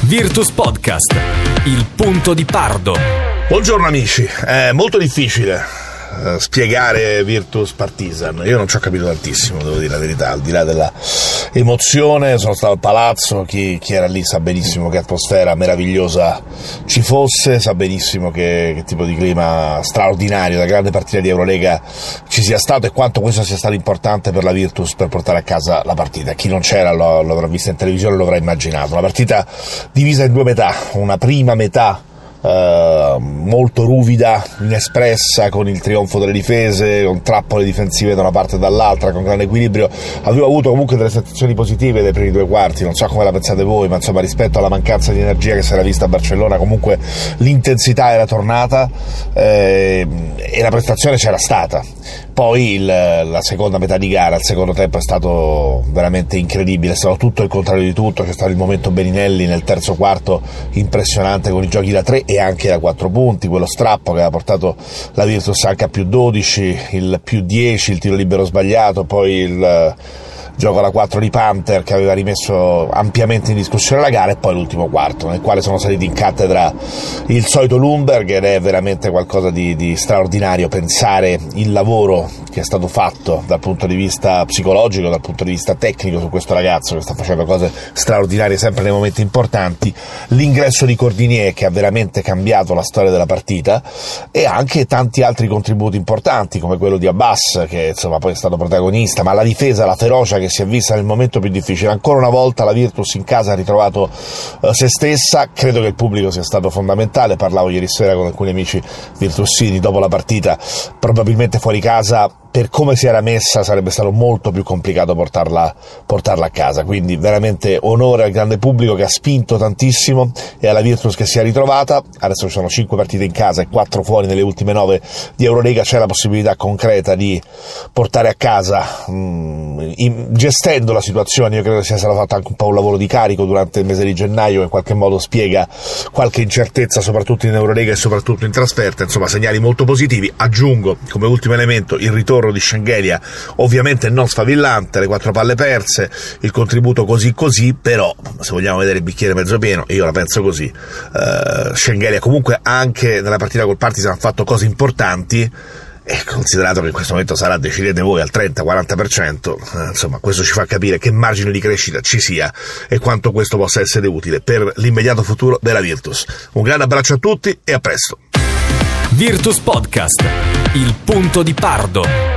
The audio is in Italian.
Virtus Podcast, il punto di Pardo. Buongiorno amici, è molto difficile spiegare Virtus Partizan. Io non ci ho capito tantissimo, devo dire la verità, al di là della emozione. Sono stato al palazzo, chi era lì sa benissimo che atmosfera meravigliosa ci fosse, sa benissimo che tipo di clima straordinario da grande partita di Eurolega ci sia stato e quanto questo sia stato importante per la Virtus per portare a casa la partita. Chi non c'era lo avrà vista in televisione, lo avrà immaginato. Una partita divisa in due metà, una prima metà molto ruvida, inespressa, con il trionfo delle difese, con trappole difensive da una parte e dall'altra, con grande equilibrio. Avevo avuto comunque delle sensazioni positive dai primi due quarti, non so come la pensate voi, ma insomma rispetto alla mancanza di energia che si era vista a Barcellona comunque l'intensità era tornata e la prestazione c'era stata. Poi la seconda metà di gara, il secondo tempo è stato veramente incredibile, è stato tutto il contrario di tutto. C'è stato il momento Beninelli nel terzo quarto impressionante con i giochi da 3 e anche da 4 punti, quello strappo che ha portato la Virtus anche a più 12, il più 10, il tiro libero sbagliato, poi il gioco alla 4 di Panther che aveva rimesso ampiamente in discussione la gara, e poi l'ultimo quarto nel quale sono saliti in cattedra il solito Lundberg, ed è veramente qualcosa di straordinario pensare il lavoro che è stato fatto dal punto di vista psicologico, dal punto di vista tecnico su questo ragazzo che sta facendo cose straordinarie sempre nei momenti importanti, l'ingresso di Cordinier che ha veramente cambiato la storia della partita, e anche tanti altri contributi importanti come quello di Abbas che insomma poi è stato protagonista, ma la difesa, la ferocia che si è vista nel momento più difficile. Ancora una volta la Virtus in casa ha ritrovato se stessa. Credo che il pubblico sia stato fondamentale. Parlavo ieri sera con alcuni amici virtussini dopo la partita, probabilmente fuori casa per come si era messa sarebbe stato molto più complicato portarla a casa, quindi veramente onore al grande pubblico che ha spinto tantissimo e alla Virtus che si è ritrovata. Adesso ci sono 5 partite in casa e 4 fuori nelle ultime 9 di Eurolega, c'è la possibilità concreta di portare a casa gestendo la situazione. Io credo che sia stato fatto anche un po' un lavoro di carico durante il mese di gennaio che in qualche modo spiega qualche incertezza soprattutto in Eurolega e soprattutto in trasferta. Insomma, segnali molto positivi. Aggiungo come ultimo elemento il ritorno di Shengelia, ovviamente non sfavillante, le 4 palle perse, il contributo così, però se vogliamo vedere il bicchiere mezzo pieno, io la penso così. Shengelia comunque anche nella partita col Partizan ha fatto cose importanti, e considerato che in questo momento sarà, decidete voi, al 30-40%, insomma questo ci fa capire che margine di crescita ci sia e quanto questo possa essere utile per l'immediato futuro della Virtus. Un grande abbraccio a tutti e a presto. Virtus Podcast, il punto di Pardo.